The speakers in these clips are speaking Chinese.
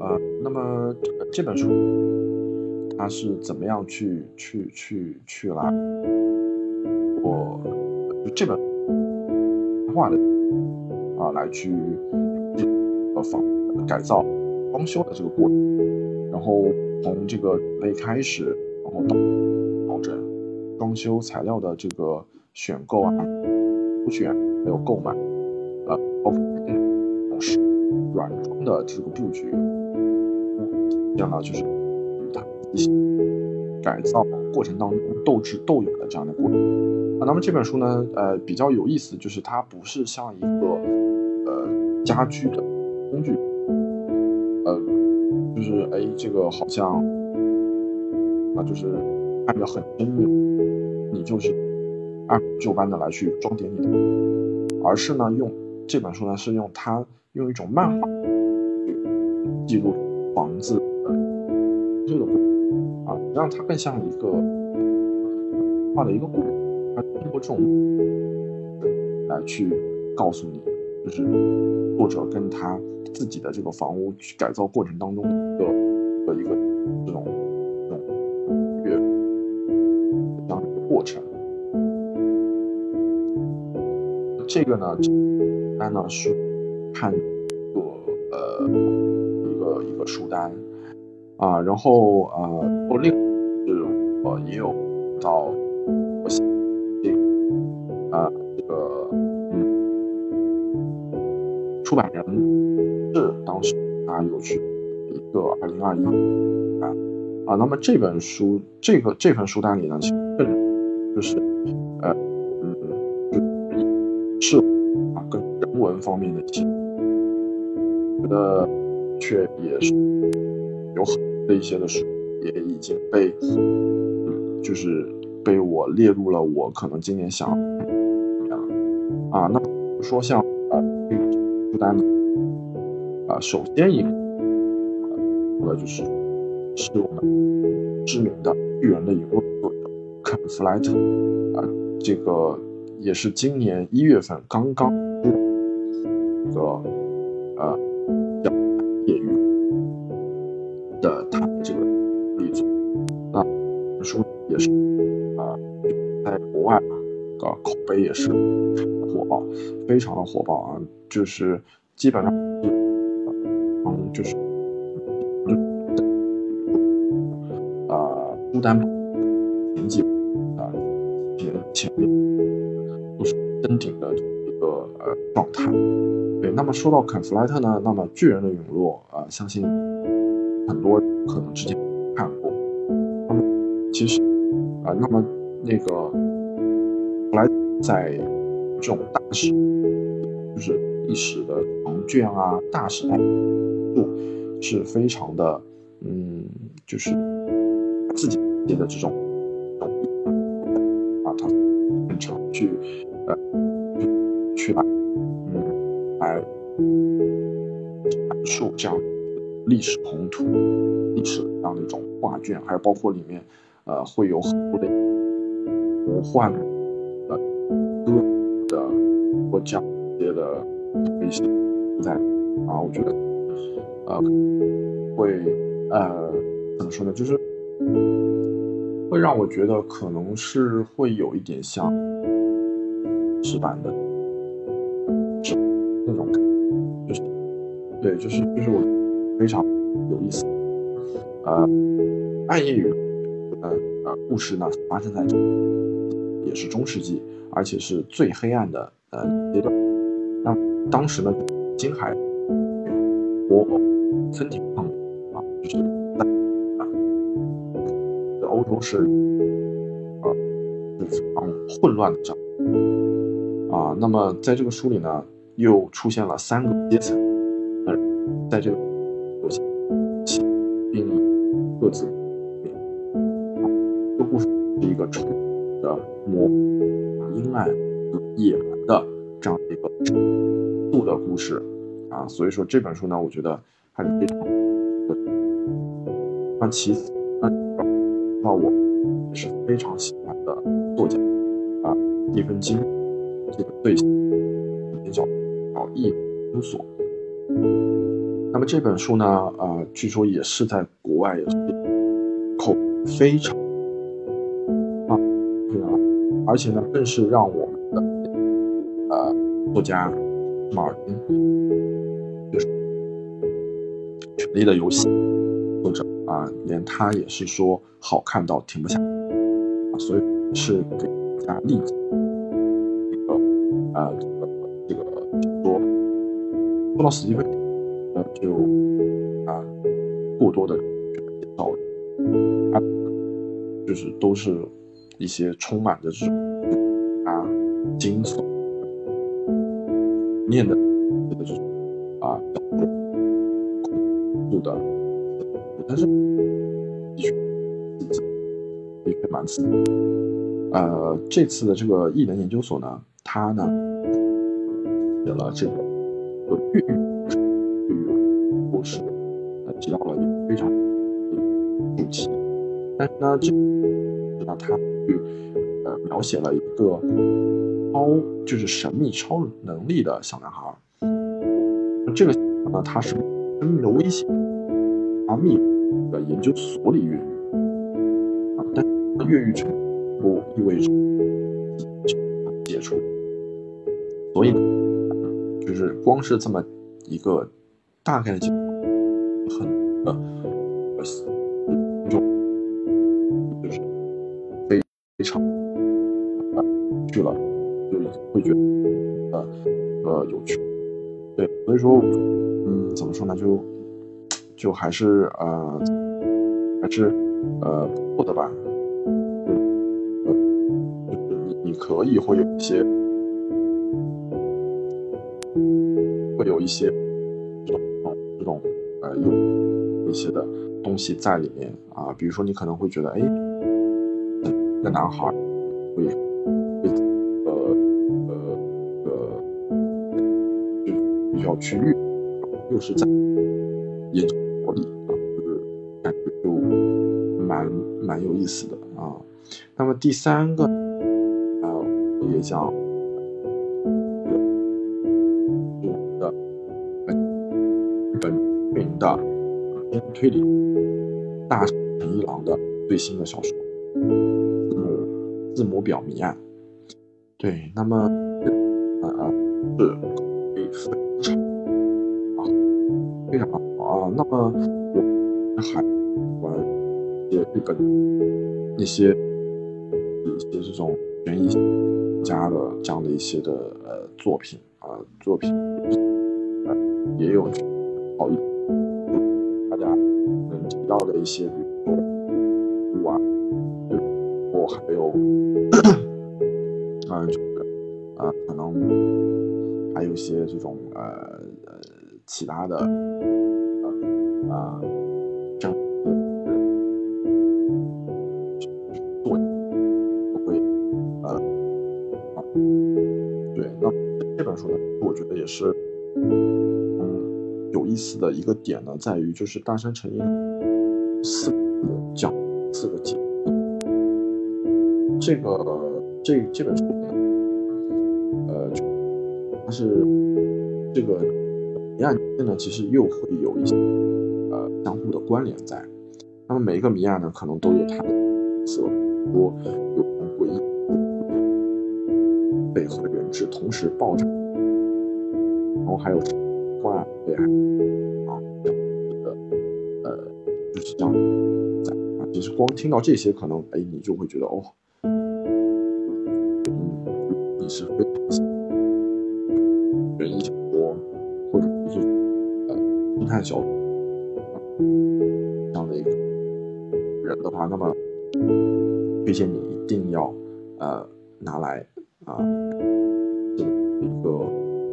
那么这本书它是怎么样去来就这本画的来去房改造装修的这个过程，然后从这个准备开始，然后到调整装修材料的这个选购挑选还有购买，包括是软装的这个布局，这样呢就是与它一些改造过程当中斗智斗勇的这样的过程。那么这本书呢，比较有意思，就是它不是像一个家居的工具，就是这个好像就是看着很生硬，你就是按部就班的来去装点你的，而是呢这本书呢是用一种漫画去记录房子的这个过程让它更像一个画的一个故事，它通过这种来去告诉你，就是作者跟他自己的这个房屋改造过程当中的一个这种这样的一个过程。这个呢，是看一个书单然后另是我也有到我这个出版人是当时他有去一个2021那么这本书这份书单里呢，其实就是是跟人文方面的一些，觉得却也是有很多的一些的书也已经就是被我列入了我可能今年想那么说像这个书单首先一个就是我们知名的巨人的引落作者肯弗莱特这个也是今年1月份刚刚出一个业余的他的这个力作，那本书也是在国外口碑也是非常的火爆就是基本上就是书单前几前面都是登顶的一个状态。对，那么说到肯弗莱特呢，那么巨人的陨落相信很多人可能之前看过。那么其实那么那个后来在这种大史，就是历史的长卷大时代是非常的就是自己写的这种他很常去来阐述这样历史宏图、历史这样的一种画卷，还有包括里面会有很多的魔幻的歌的或这样一些的一些在我觉得会怎么说呢，就是会让我觉得可能是会有一点像纸版的那种感觉，就是对，就是我非常有意思。暗夜与故事呢发生在也是中世纪，而且是最黑暗的阶段。那当时呢，金海国森体抗就是在欧洲是非常混乱的这样那么在这个书里呢，又出现了3个阶层，在这个并各自这个故事是一个充满的阴暗和野蛮的这样的一个度的故事所以说这本书呢，我觉得还是非常其次我也是非常喜欢的作家斯蒂芬金这个最叫异搜索那么这本书呢，据说也是在国外也是口非常啊，对啊，而且呢，更是让我们的作家马尔丁，就是《权力的游戏》作者连他也是说好看到停不下所以是给大家力荐说到史蒂芬就过多的介绍了，他就是都是一些充满着这种惊悚念的这种恐怖的，但是的确蛮刺激。这次的这个异能研究所呢，他呢写了这个粤语故事，提到了一个非常主题，但是呢，他去描写了一个就是神秘超能力的小男孩。这个呢，他是生命的威胁，他秘密的研究所里越狱但是越狱成不意味着解除，所以就是光是这么一个大概的情况，就是非常去了，就会觉得有趣。对，所以说怎么说呢，就还是不错的吧。就是你可以会有一些这种有一些的东西在里面比如说你可能会觉得一个男孩会就比较去又是在研究所里就是感觉就蛮有意思的那么第三个也讲日本著名的推理大神一郎的最新的小说字母表谜案。对，那么是非常好那么我还喜欢日本一些这种悬疑家的这样的一些的作品也有好一大家能提到的一些，比如说还有就是可能还有一些这种其他的这样对，那这本书呢，我觉得也是有意思的一个点呢，在于就是大山诚一讲4个节，这本书它是这个谜案呢，其实又会有一些相互的关联在。那么每一个谜案呢，可能都有它的特色，说有诡异背和人质同时爆炸，然后还有破案被害就是这样其实光听到这些，可能你就会觉得你是非常悬疑小说或者是侦探小说这样的一个人的话，那么推荐你一定要拿来一个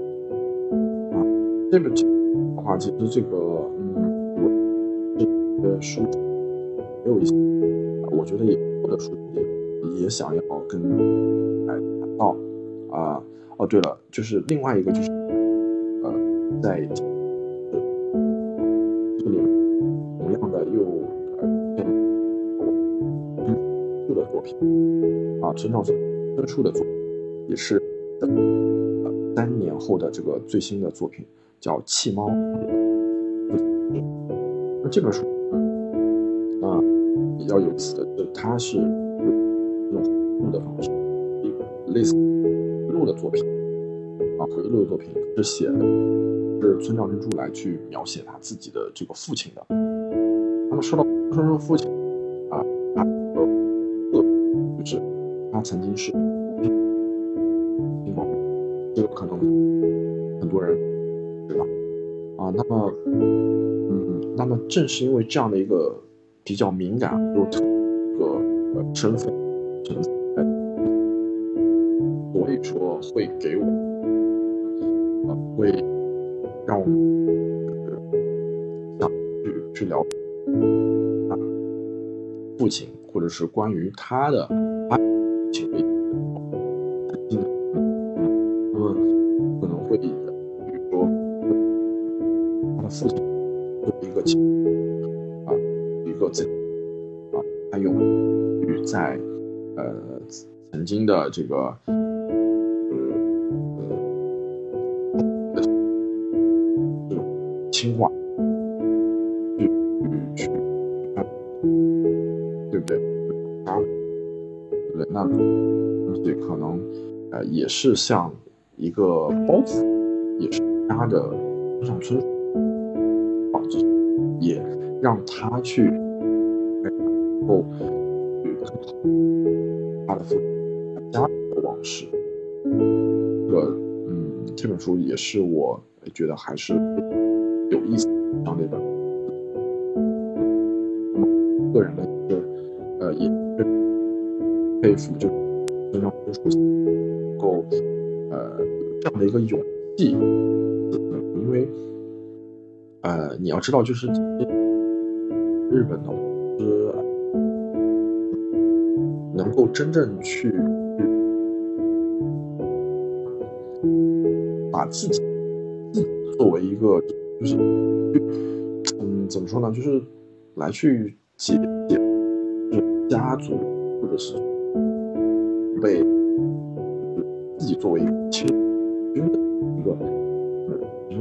这个的话，其实这个书也有一些我觉得也不的书也想要跟谈到对了，就是另外一个就是在这个里面同样的又的作品村上春树的作品也是3年后的这个最新的作品叫《弃猫》， 那这本书比较有意思的是，它是用回录的方式，一个类似回录的作品回录的作品是写的是村上春树来去描写他自己的这个父亲的。那么说到春树父亲他就是他曾经是这个可能很多人知道那么正是因为这样的一个比较敏感又特一个身份存在，所以说会给我会让我想去了解父亲，或者是关于他的父亲的那么可能会比如说他的父亲作为一个一个他勇于在曾经的这个轻化去对不对？对不对？那东西可能也是像一个包袱，也是压着上春树，也让他去能够他的父亲家的往事。这本书也是我觉得还是有意思的这样的一本个人的一个也是佩服，就村上春树能够这样的一个勇气，因为你要知道，就是日本的是能够真正去把自己作为一个就是怎么说呢，就是来去解家族或者是被自己作为一个亲军的一个因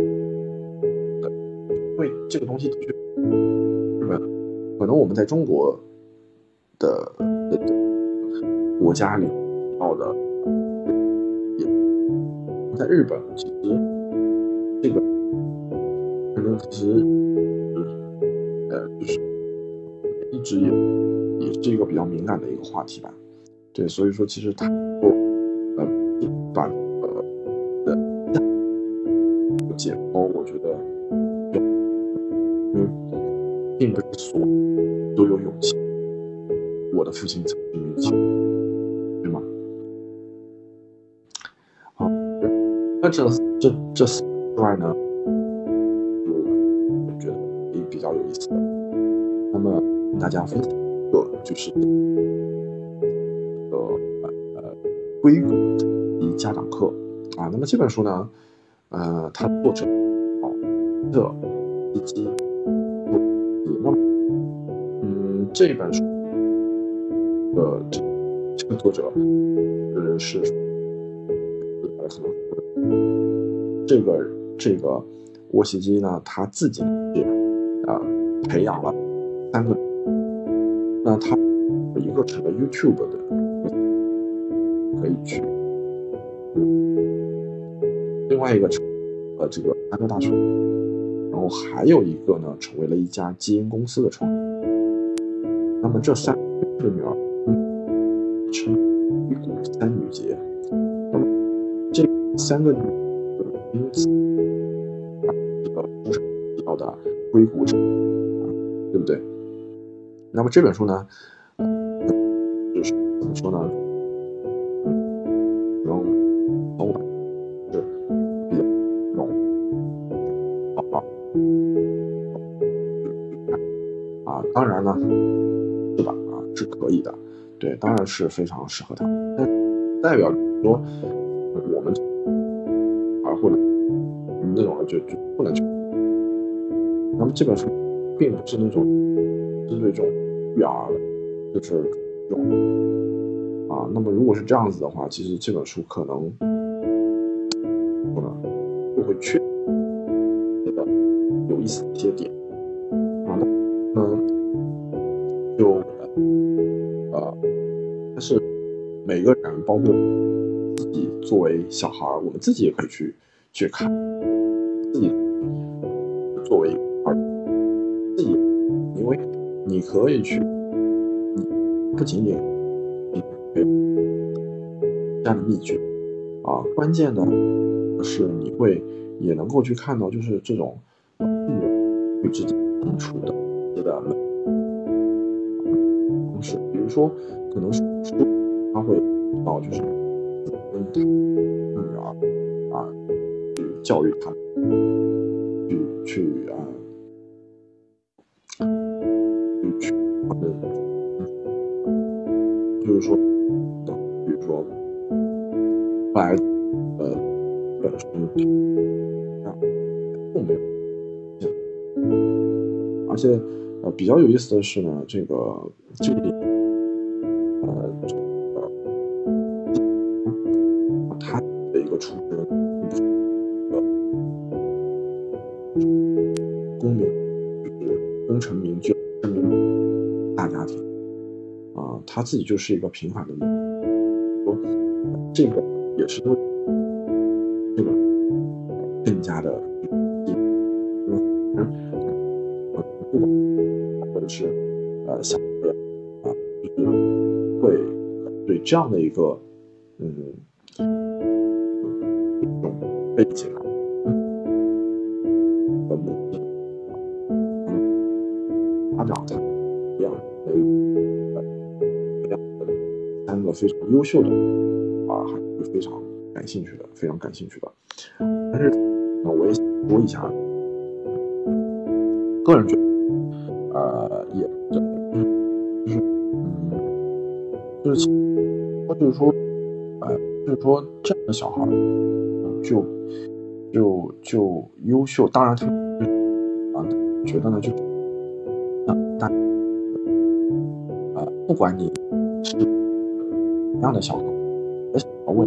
为这个东西的确可能我们在中国的国家里到的在日本其实这个可能其实就是一直也是一个比较敏感的一个话题吧。对，所以说其实他把解剖，我觉得并不是所有都有勇气。我的父亲曾经勇气，对吗？好，那这四之外呢，我觉得也比较有意思的。那么跟大家分享一个就是硅谷及家长课那么这本书呢，它的作者特基基，那么这本书的这个作者是可能这个沃西基呢，他自己培养了3个，那他一个成了 YouTube 的可以去，另外一个成了这个加州大学，然后还有一个呢成为了一家基因公司的创始人。那么这3个女儿称硅谷3女杰。那么这3个女因此这个书上提到的硅谷对不对？那么这本书呢就是怎么说呢，当然呢是吧是可以的，对，当然是非常适合他，但代表说我们或者那种就不能去。那么这本书并不是那种针对这种育儿的，就是这种那么如果是这样子的话，其实这本书可能就会缺觉得有意思的一些点。 就但是每个人，包括自己作为小孩，我们自己也可以去看自己作为儿自己，因为你可以去，不仅仅这样的秘诀关键的是你也能够去看到，就是这种父母之间相处的一些方式，比如说可能是他会到就是跟他女儿去教育他们，去就是说，比如说孩子本身并没有，而且比较有意思的是呢，这里他的一个出身功名就是功成名就大家庭他自己就是一个平凡的人，说这个也是因为这个更加的不管或者是想就是会对这样的一个这种背景的母亲发展他这样三个非常优秀的还是非常感兴趣的，但是我也想说一下，个人觉得也就是说这样的小孩就优秀，当然他觉得呢，就不管你是什么样的小孩，问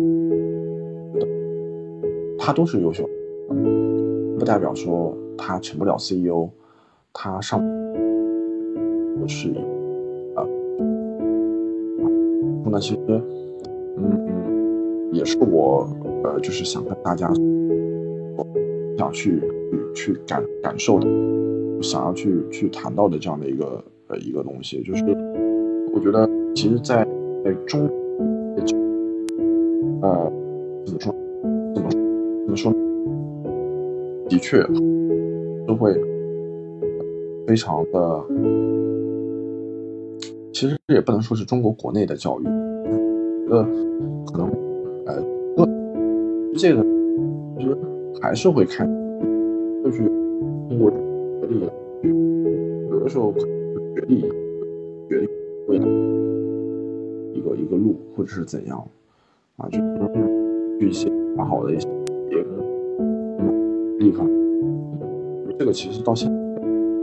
他都是优秀，不代表说他成不了 CEO， 他上不是那其实也是我就是想跟大家想去感受的，想要去谈到的这样的一个东西，就是我觉得其实在中怎么说的确是会非常的，其实也不能说是中国国内的教育，我觉得可能这个其实还是会看，会去通过学历，有的时候学历未来一个路，或者是怎样就是去一些比较好的一些地方，这个其实到现在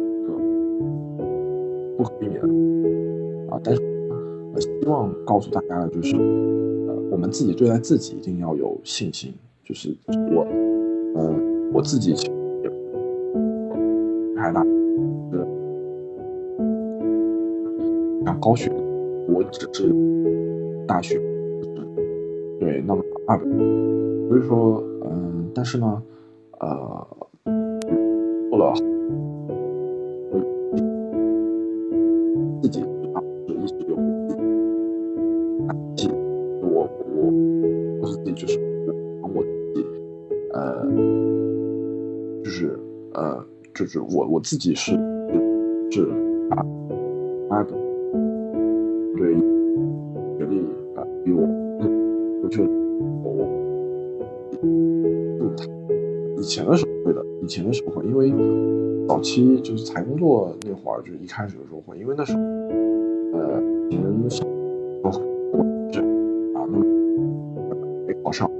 不可避免但是希望告诉大家的就是我们自己对待自己一定要有信心，就是我自己其实也太大像高学历，我只是大学对，那么所以说但是呢做了自己一直有我自己就是我自己就是我自己是对学历比我就以前的时候会，因为早期就是才工作那会儿，就是一开始的时候会，因为那时候以前小那么没考上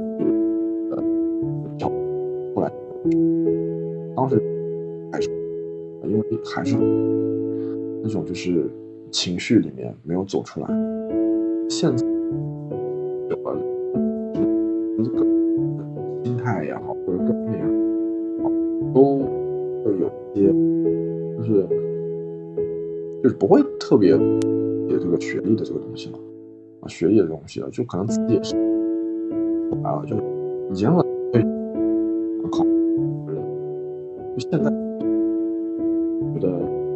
后来当时因为还是那种就是情绪里面没有走出来，现在心态也好，或者各方面都会有一些，就是就是不会特别有这个学历的这个东西了学业的东西了，就可能自己也是就以前很对考，就现在觉得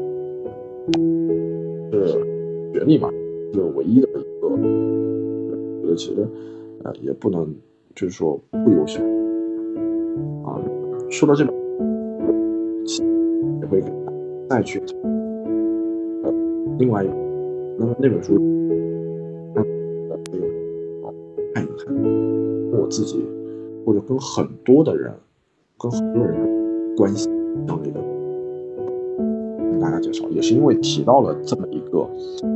是学历嘛，是唯一的一个，觉得其实也不能就是说不优秀说到这本也会再去另外一个，那么那本书看一看，跟我自己或者跟很多的人关系这样的一个跟大家介绍，也是因为提到了这么一个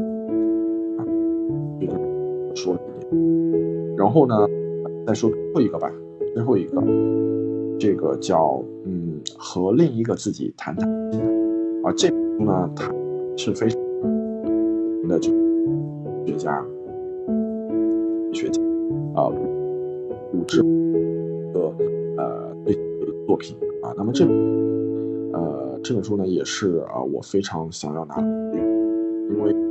这个说里面，然后呢再说最后一个这个叫和另一个自己谈谈心这本书呢它是非常的这个学家武志的对作品那么这本书呢也是我非常想要拿来因为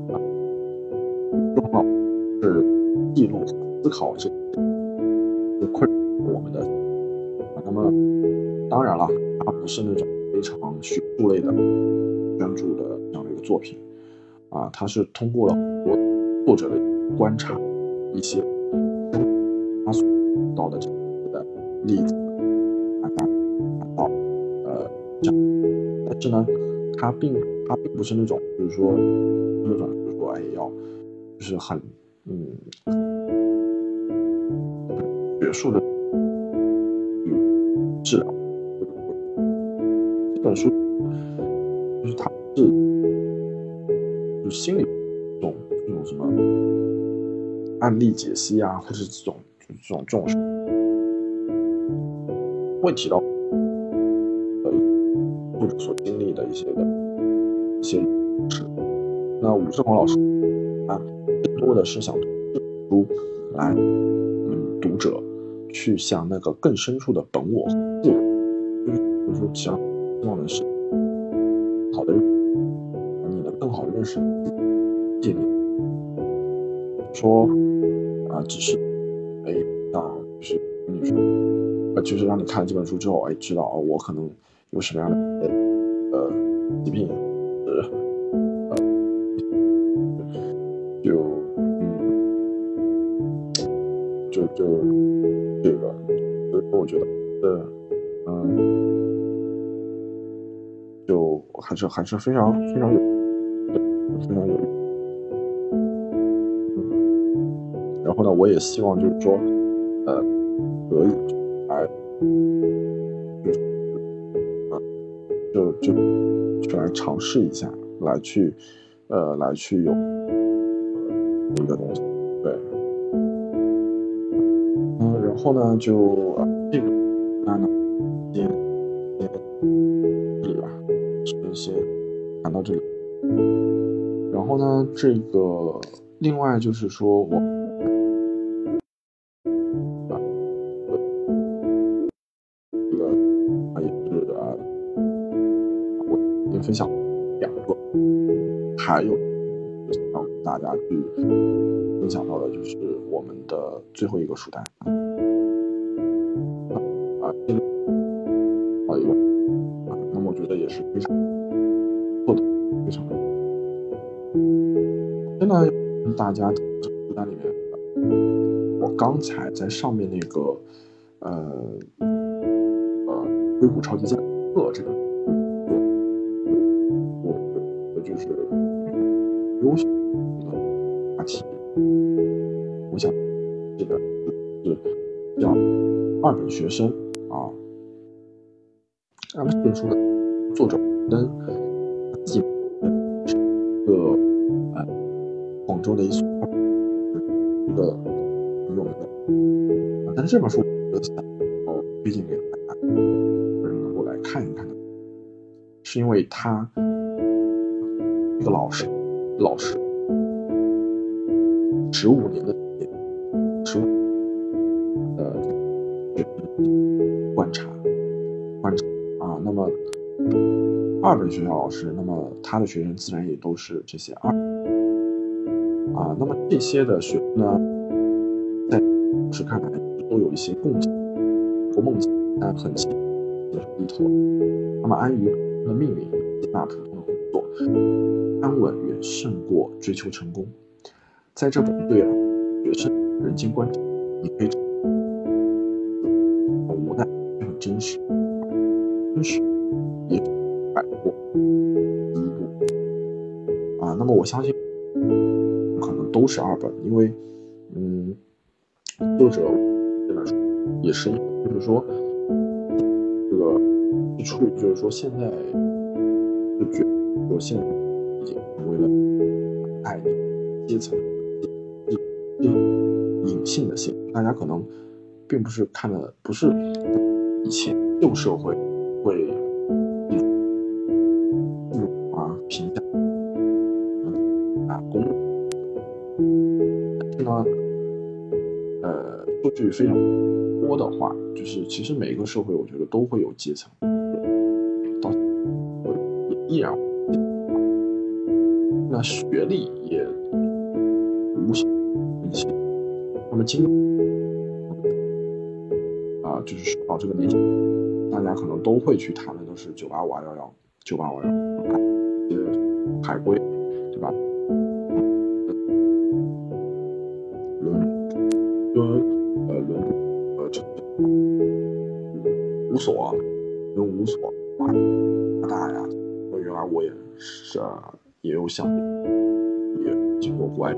正好是记录和思考这困扰我们的那么当然了它不是那种非常学术类的专注的这样的一个作品它是通过了很多作者的观察一些他所到的这个例子大家看到但是呢它并不是那种就是说就是很学术的治疗这本书就是它就是心理这种什么案例解析或者是这种会提到作者所经历的一些事。那武志红老师更多的是想通过这本书来读者去向那个更深处的本我和自我，就是说希望的是好的你能更好的认识自己说只是就是跟你说就是让你看了这本书之后知道我可能有什么样的疾病就这个所以说我觉得就还是非常非常有然后呢我也希望就是说可以就来尝试一下来去有一个东西对然后呢就这个这里吧先谈到这里然后呢这个另外就是说我分享2个还有让大家去分享到的就是我们的最后一个书单那么我觉得也是非常做的非常现在跟大家书单里面我刚才在上面那个硅谷超级剑客这个就是优秀的话题我想这个是叫2本学生那么这本书的作者自己是一个广州的一个有名的但是这本书我想推荐给大家能够来看一看的是因为他一个老师15年的观察那么二本学校老师，那么他的学生自然也都是这些二那么这些的学生呢，在老师看来都有一些共性或梦想，但很轻也是低头。那么安于普通的命运，接纳普通的工作，安稳远胜过追求成功。在这种对学生人间观察，你可以很无奈，也很真实，真实也摆脱第一步那么我相信可能都是二本，因为作者这本书也是，就是说这个一处就是说现在就觉得说现在已经成为了爱阶层这隐性的性，大家可能并不是看的不是以前旧社会会评价公，但是呢说句非常多的话，就是其实每个社会我觉得都会有阶层，到也依然那学历也无形一些。那么今就是说到这个年纪，大家可能都会去谈的都是985、211、985、海归，对吧？无所跟无所大呀，原来我也是也有想也经过国外，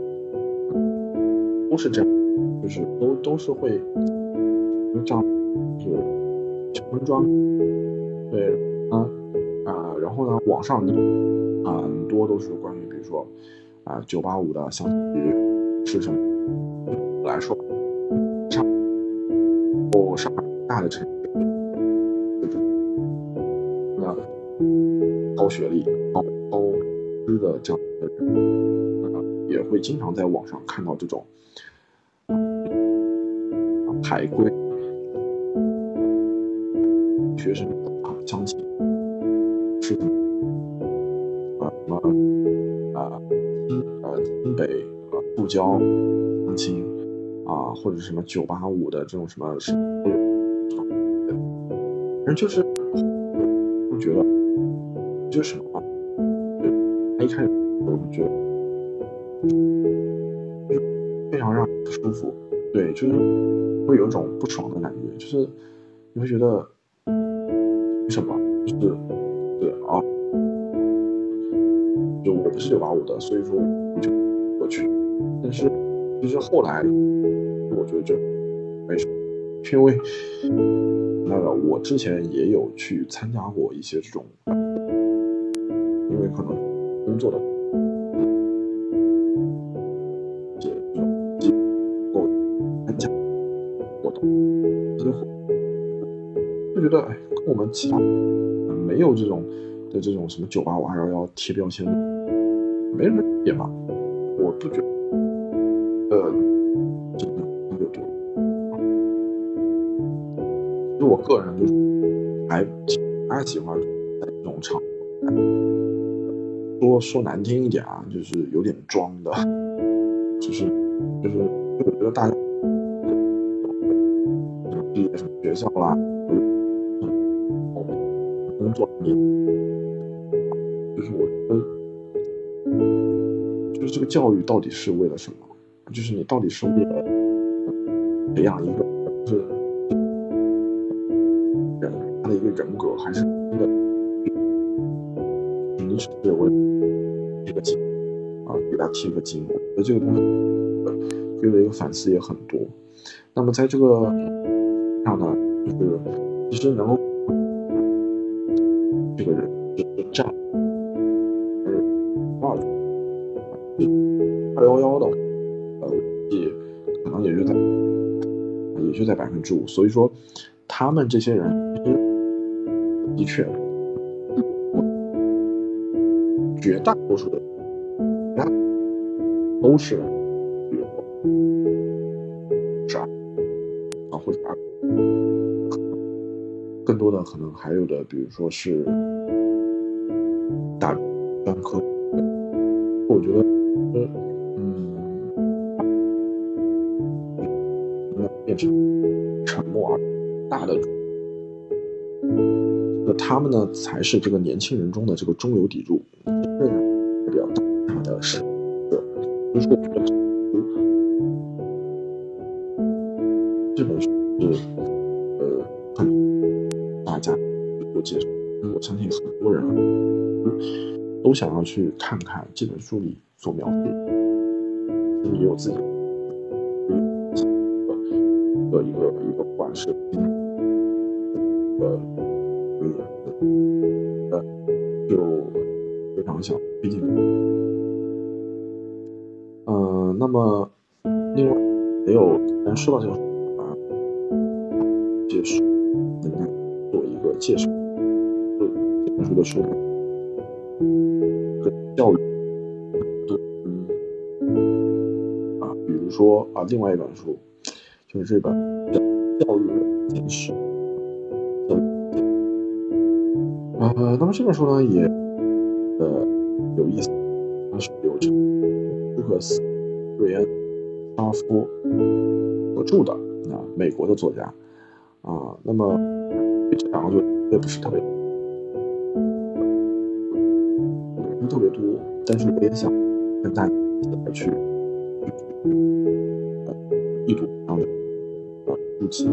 都是这样，就是都是会这样，就是小村庄，对然后呢，网上很多都是关于比如说985的相比是什么来说，上海大的城市，那高学历、高知的这样的人，也会经常在网上看到这种海归学生相亲是什么清北复交相亲或者什么985的这种什么人就是会觉得就是什么一开始我就觉得非常让人不舒服，对，就是会有一种不爽的感觉，就是你会觉得什么就是就我不是985的，所以说我就过去，但是其实后来我觉得这没什么，因为我之前也有去参加过一些这种，因为可能工作的参加活动，就觉得跟我们其他没有这种什么985、211贴标签，没什么区别嘛，我不觉得真的有多。其实我个人就是还喜欢在这种场合说难听一点就是有点装的，就是我觉得大家毕业什么学校啦，工作就是我觉得就是这个教育到底是为了什么？就是你到底是为了培养一个是人他的一个人格，还是真的你只是为这个金给他贴个金？我觉得这个东西给我一个反思也很多。那么在这个上呢，就是其实能够这个人就是站211的可能也就在5%，所以说他们这些人的确绝大多数的都是或者更多的可能还有的比如说是大专科，我觉得变成沉默而大的，他们呢才是这个年轻人中的这个中流砥柱，真正代表大的是就是说我觉得这本书是大家多介绍，我相信很多人都想要去看看这本书里所描述的，也有自己的一个不管是就非常想推荐。那么另外也有人说到这个介绍，跟大家做一个介绍。这本书的书跟教育比如说另外一本书就是这本教育的简史。那么这本书呢也有意思，它是由朱克斯、瑞恩、沙夫所著的美国的作家那么这两个作也不是特别多，但是我也想跟大家一起来去一睹这样的书籍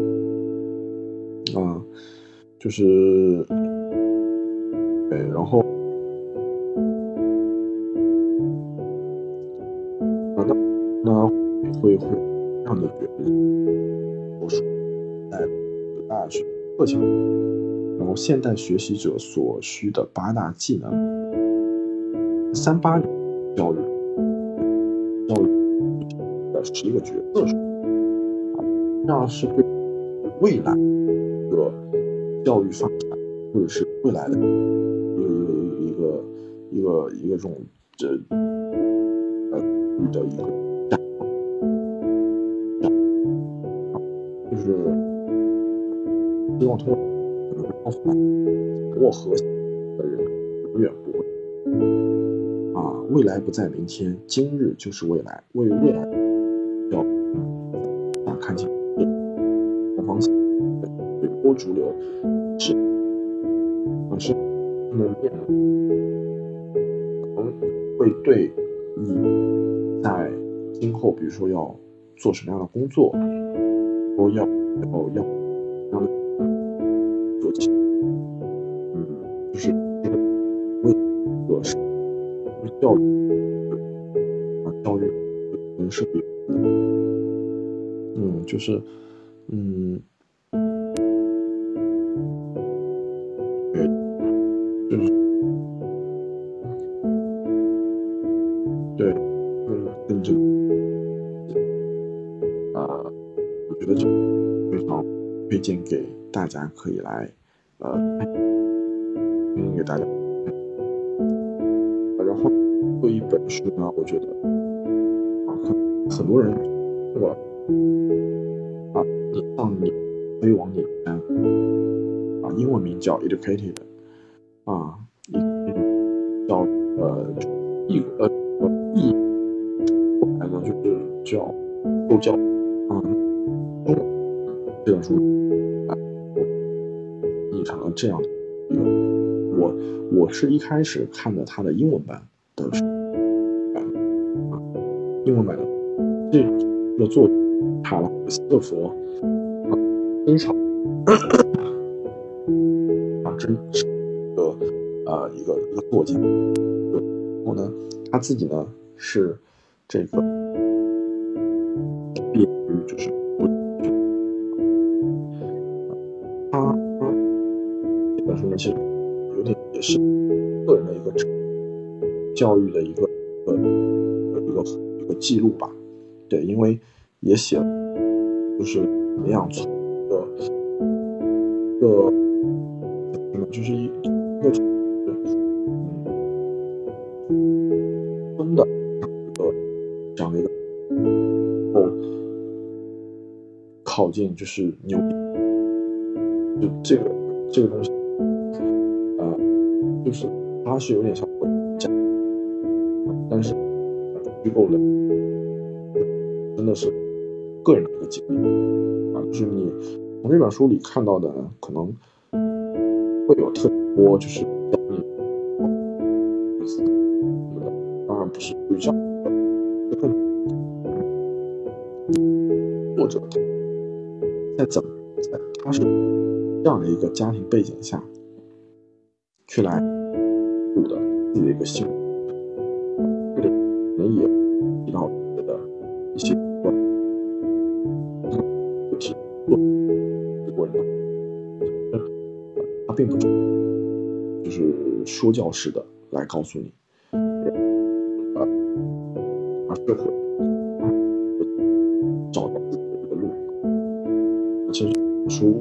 就是对，然后会让你觉得我说在大学课程，然后现代学习者所需的8大技能，38年教育的11个角色，这样是对未来的教育发展或者是未来的一个这种的一个就是希望通过方法掌握核心的人永远不会未来不在明天，今日就是未来，为未来要看清方向，随波逐流是变可能会对你在今后比如说要做什么样的工作，或要做起就是为教育可能是就是对，就是对，跟这个我觉得这非常推荐给大家可以来推荐给大家然后这一本书呢，我觉得很多人说你飞往你山英文名叫 Educated 叫后来呢就是叫受教这本书译成了这样的一个我是一开始看的它的英文版的书英文版的这个作者卡拉斯特佛非常真是一个作家，然后呢他自己呢是这个毕业于就是他这本书呢其实有点也是个人的一个教育的一个记录吧，对，因为也写了就是怎么样从就是一个的这样的一个靠近就是牛就这个东西就是它是有点像讲，但是虚构的真的是个人的一个经历啊，就是你从这本书里看到的，可能会有特别多，就是你当然不是对象，更作者在怎么在他是这样的一个家庭背景下去来录的自己的一个性格，这里可能也提到自己的一些观有提做美国人的，他并不就是说教式的来告诉你，而是会找到自己的一个路。其实书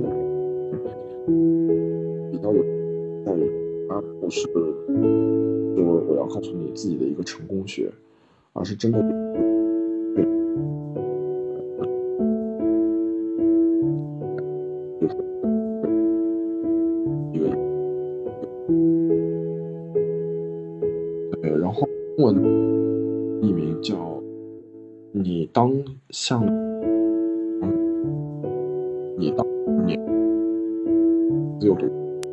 比较有在于，它不是说我要告诉你自己的一个成功学，而是真的对一个然后中文译名叫你当像你当你自由读，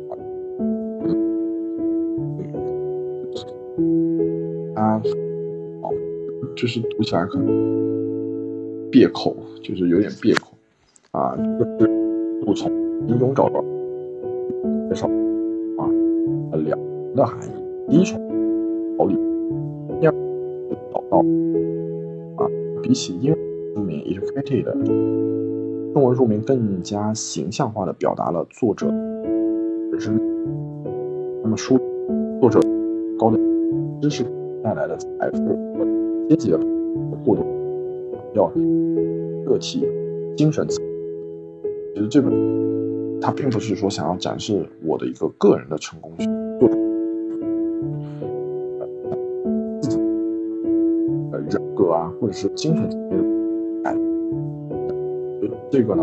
它就是读起来可能别口，就是有点别口啊。这个是不从英中找到介绍两的含义。第一重逃离，第二找到比起英文书名 educated， 中文书名更加形象化的表达了作者本身。那么作者高的知识带来的财富和阶级的互动，要个体精神层面。其实这本它并不是说想要展示我的一个个人的成功学，作者自己人格啊，或者是精神层面的改变。这个呢，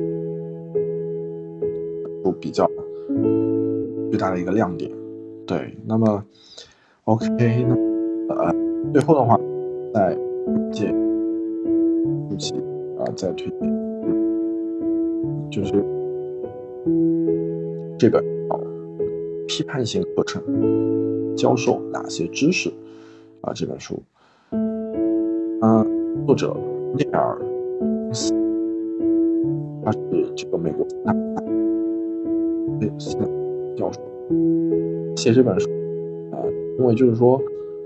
就比较最大的一个亮点。对，那么 OK， 那最后的话，再介初期再推荐，就是这本批判性课程教授哪些知识这本书，作者内尔斯，他是这个美国教授，写这本书因为就是说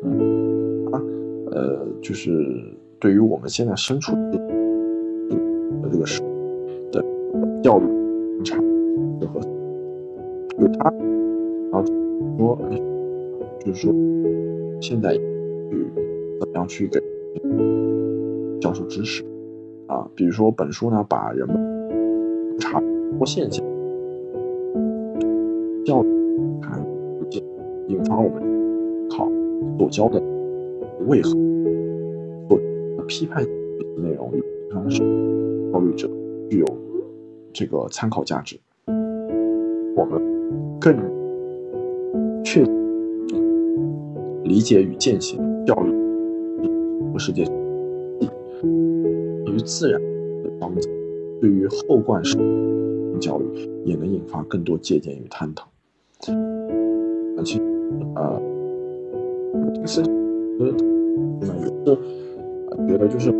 就是对于我们现在身处的这个时的教育差和就是他然后说就是说现在怎么样去给教授知识比如说本书呢把人们查多现象教育引发我们考所教的为何所批判性内容与常识教育者具有这个参考价值，我们更确理解与践行教育和世界与自然的章节，对于后冠式教育也能引发更多借鉴与探讨。其实这是也是觉得就是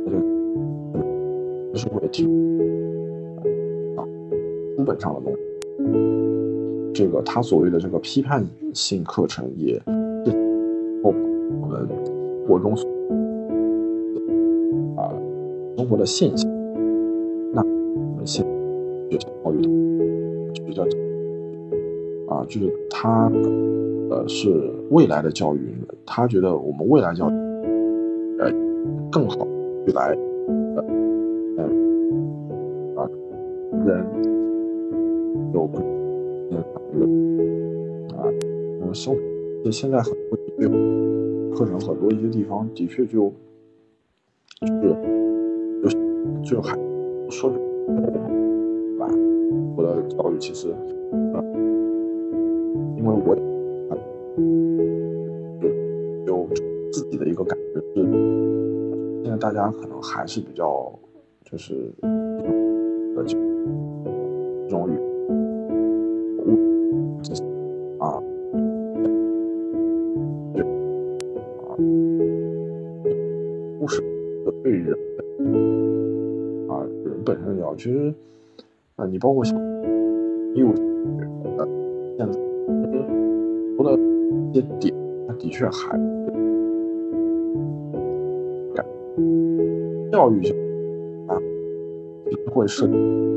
会挺书本上的东西，这个他所谓的这个批判性课程也是我们活中生活的现象。那我们现在学校教育学校就是他是未来的教育，他觉得我们未来教育更好去来人有我们生活现在很多课程很多一些地方的确就还说吧，我的教育其实因为我有自己的一个感觉是，现在大家可能还是比较就是这种语啊，不是对人人本身要，其实你包括像义务现在除了一些点，它的确还教育上其实会是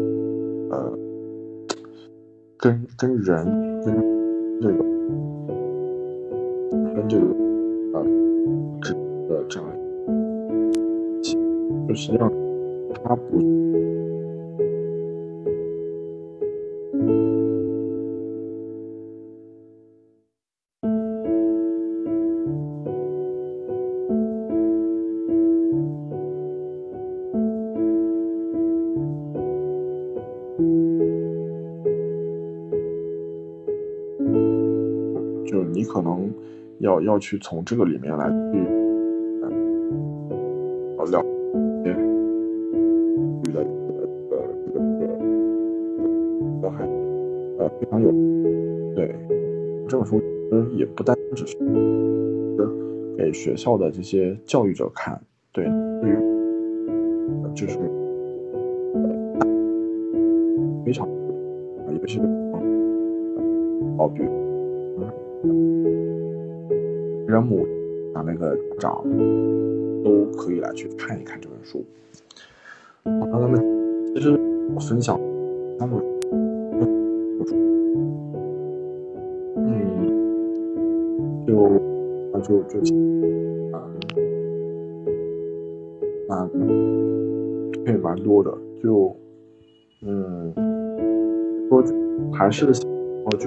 跟人这个跟这个这样，就实际上它不就你可能要去从这个里面来去了解的还非常有对这本书其实也不单只是给学校的这些教育者看，对于就是非常尤其是比如人母那个家长都可以来去看一看这本书。那么其实我分享3本就蛮多的，就说还是就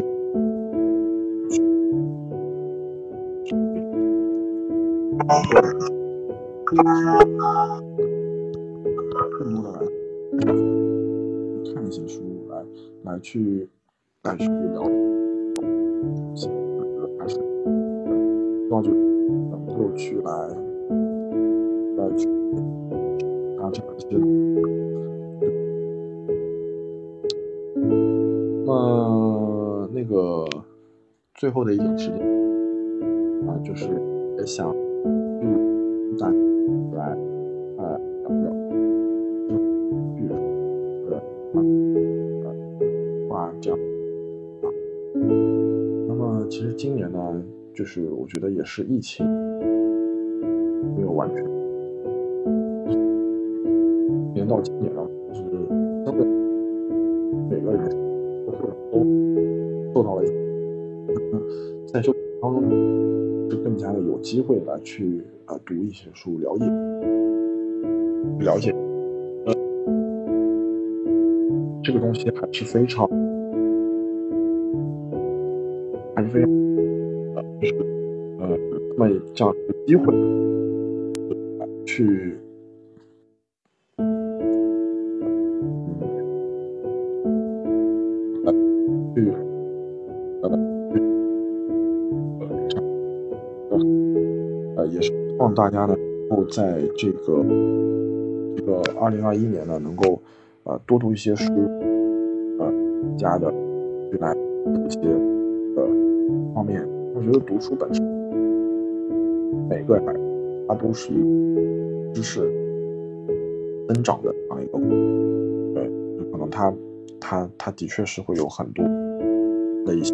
更多的来看一些书，来去了解，还是希望就能够去来去这样一些。那么那个最后的一点时间就是也想再来这样那么其实今年呢，就是我觉得也是疫情没有完全，年到今年呢，就是相对每个人都受到了在这当中就更加的有机会来去读一些书，了解这个东西还是非常那么这样的机会去也是希望大家呢能够在这个2021年呢能够多读一些书，加的去来一些方面。我觉得读书本身每个人来它都是一个知识增长的这样一个对，可能它的确是会有很多的一些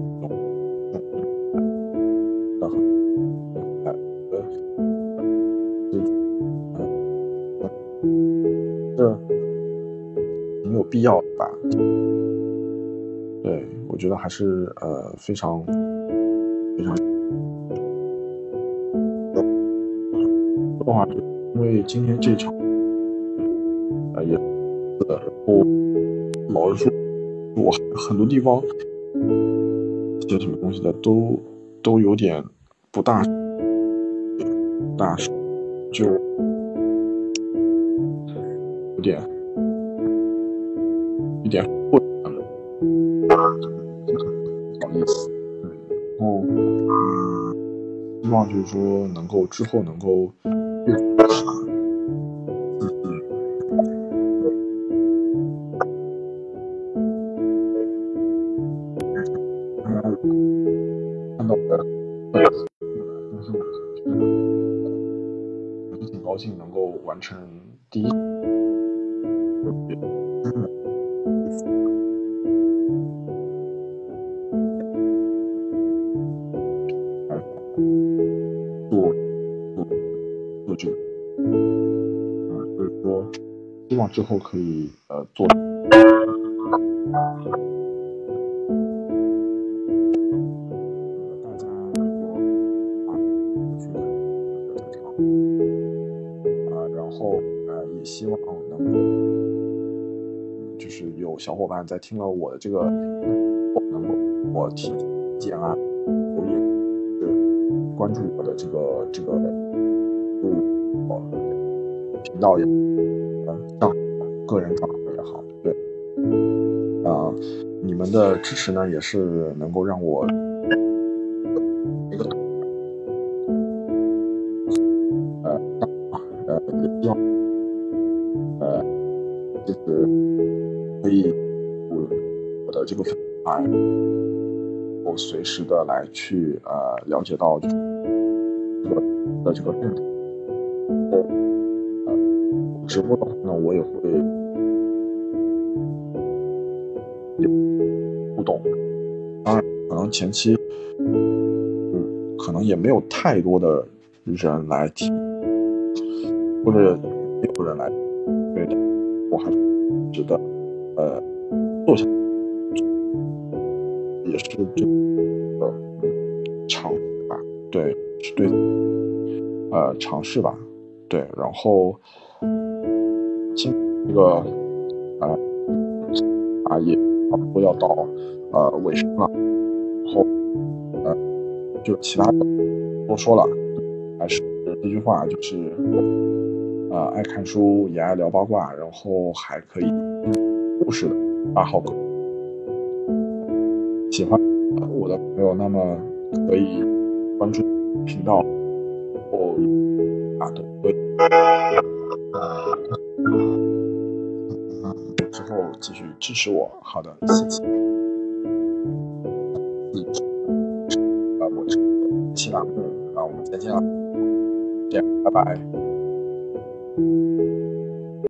挺有必要的吧。对，我觉得还是非常的话，因为今天这场也老实说，我很多地方写什么东西的都有点不大就有点混乱了，不好意思。对，然后希望就是说能够之后能够看到的，但是我是挺高兴能够完成第一。做这个，所以说希望之后可以做。大家然后也希望能就是有小伙伴在听了我的这个能够我提意见啊，我也是关注我的这个频道也账个人账号也好，对，你们的支持呢也是能够让我一个也希望就是可以我的这个粉丝我随时的来去了解到就是这个动态。直播的话呢，我也会互动。当然，可能前期可能也没有太多的人来听，或者没有人来，对的，我还是值得做下去，也是这个尝试吧，对，是对尝试吧，对，然后今这个也差不多要到尾声了，然后就其他的不说了，还是这句话，就是爱看书也爱聊八卦，然后还可以故事的8号狗。喜欢我的朋友，那么可以关注频道，或都可以之后继续支持我。好的，谢谢。我这期栏目，我们再见了，这样，拜拜。